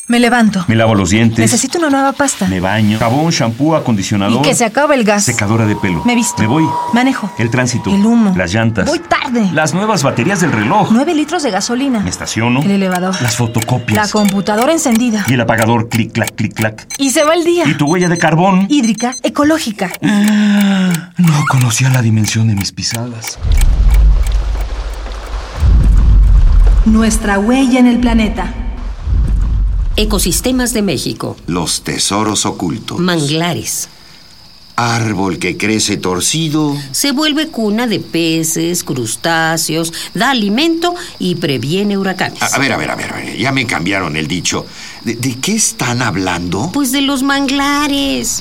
Me levanto. Me lavo los dientes. Necesito una nueva pasta. Me baño. Jabón, shampoo, acondicionador. Y que se acabe el gas. Secadora de pelo. Me visto. Me voy. Manejo. El tránsito. El humo. Las llantas. Voy tarde. Las nuevas baterías del reloj. 9 litros de gasolina. Me estaciono. El elevador. Las fotocopias. La computadora encendida. Y el apagador, clic, clac, clic, clac. Y se va el día. Y tu huella de carbón. Hídrica, ecológica. No conocía la dimensión de mis pisadas. Nuestra huella en el planeta. Ecosistemas de México. Los tesoros ocultos. Manglares. Árbol que crece torcido. Se vuelve cuna de peces, crustáceos, da alimento y previene huracanes. A ver, ya me cambiaron el dicho. ¿De qué están hablando? Pues de los manglares.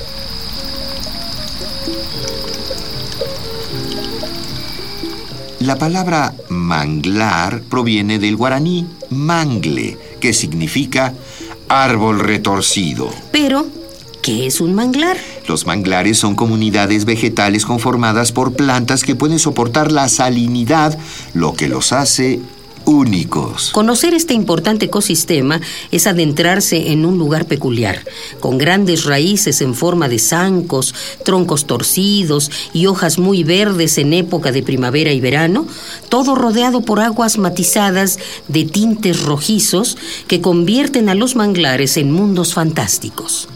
La palabra manglar proviene del guaraní mangle, que significa árbol retorcido. Pero, ¿qué es un manglar? Los manglares son comunidades vegetales conformadas por plantas que pueden soportar la salinidad, lo que los hace únicos. Conocer este importante ecosistema es adentrarse en un lugar peculiar, con grandes raíces en forma de zancos, troncos torcidos y hojas muy verdes en época de primavera y verano, todo rodeado por aguas matizadas de tintes rojizos que convierten a los manglares en mundos fantásticos.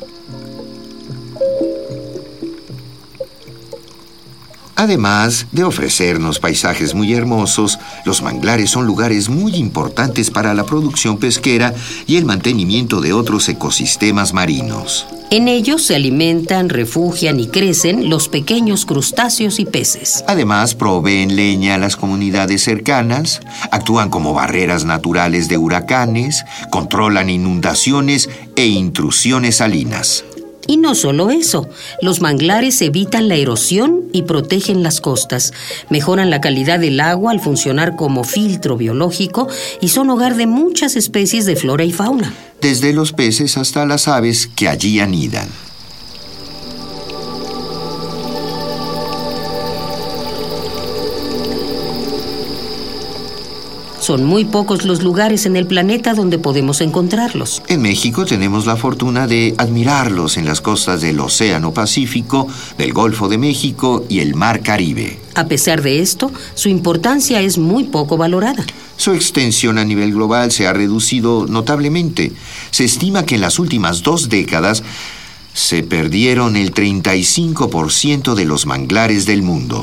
Además de ofrecernos paisajes muy hermosos, los manglares son lugares muy importantes para la producción pesquera y el mantenimiento de otros ecosistemas marinos. En ellos se alimentan, refugian y crecen los pequeños crustáceos y peces. Además, proveen leña a las comunidades cercanas, actúan como barreras naturales de huracanes, controlan inundaciones e intrusiones salinas. Y no solo eso, los manglares evitan la erosión y protegen las costas, mejoran la calidad del agua al funcionar como filtro biológico y son hogar de muchas especies de flora y fauna. Desde los peces hasta las aves que allí anidan. Son muy pocos los lugares en el planeta donde podemos encontrarlos. En México tenemos la fortuna de admirarlos en las costas del Océano Pacífico, del Golfo de México y el Mar Caribe. A pesar de esto, su importancia es muy poco valorada. Su extensión a nivel global se ha reducido notablemente. Se estima que en las últimas 2 décadas se perdieron el 35% de los manglares del mundo.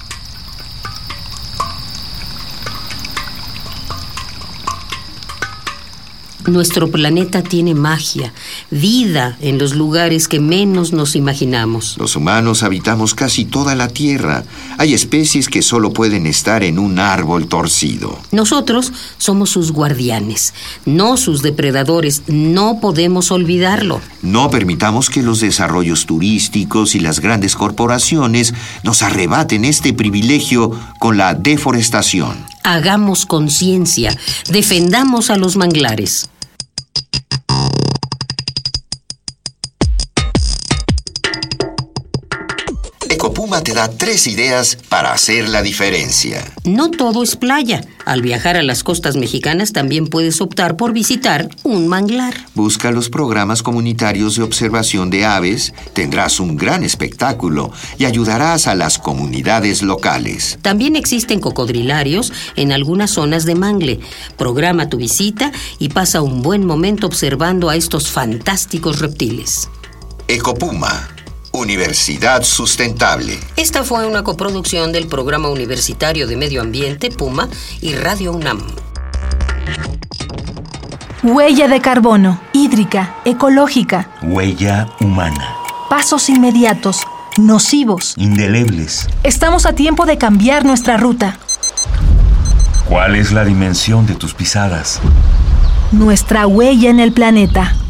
Nuestro planeta tiene magia, vida en los lugares que menos nos imaginamos. Los humanos habitamos casi toda la Tierra. Hay especies que solo pueden estar en un árbol torcido. Nosotros somos sus guardianes, no sus depredadores. No podemos olvidarlo. No permitamos que los desarrollos turísticos y las grandes corporaciones nos arrebaten este privilegio con la deforestación. Hagamos conciencia, defendamos a los manglares. Ecopuma te da 3 ideas para hacer la diferencia. No todo es playa. Al viajar a las costas mexicanas también puedes optar por visitar un manglar. Busca los programas comunitarios de observación de aves, tendrás un gran espectáculo y ayudarás a las comunidades locales. También existen cocodrilarios en algunas zonas de mangle. Programa tu visita y pasa un buen momento observando a estos fantásticos reptiles. Ecopuma. Universidad Sustentable. Esta fue una coproducción del Programa Universitario de Medio Ambiente, PUMA, y Radio UNAM. Huella de carbono, hídrica, ecológica. Huella humana. Pasos inmediatos, nocivos. Indelebles. Estamos a tiempo de cambiar nuestra ruta. ¿Cuál es la dimensión de tus pisadas? Nuestra huella en el planeta.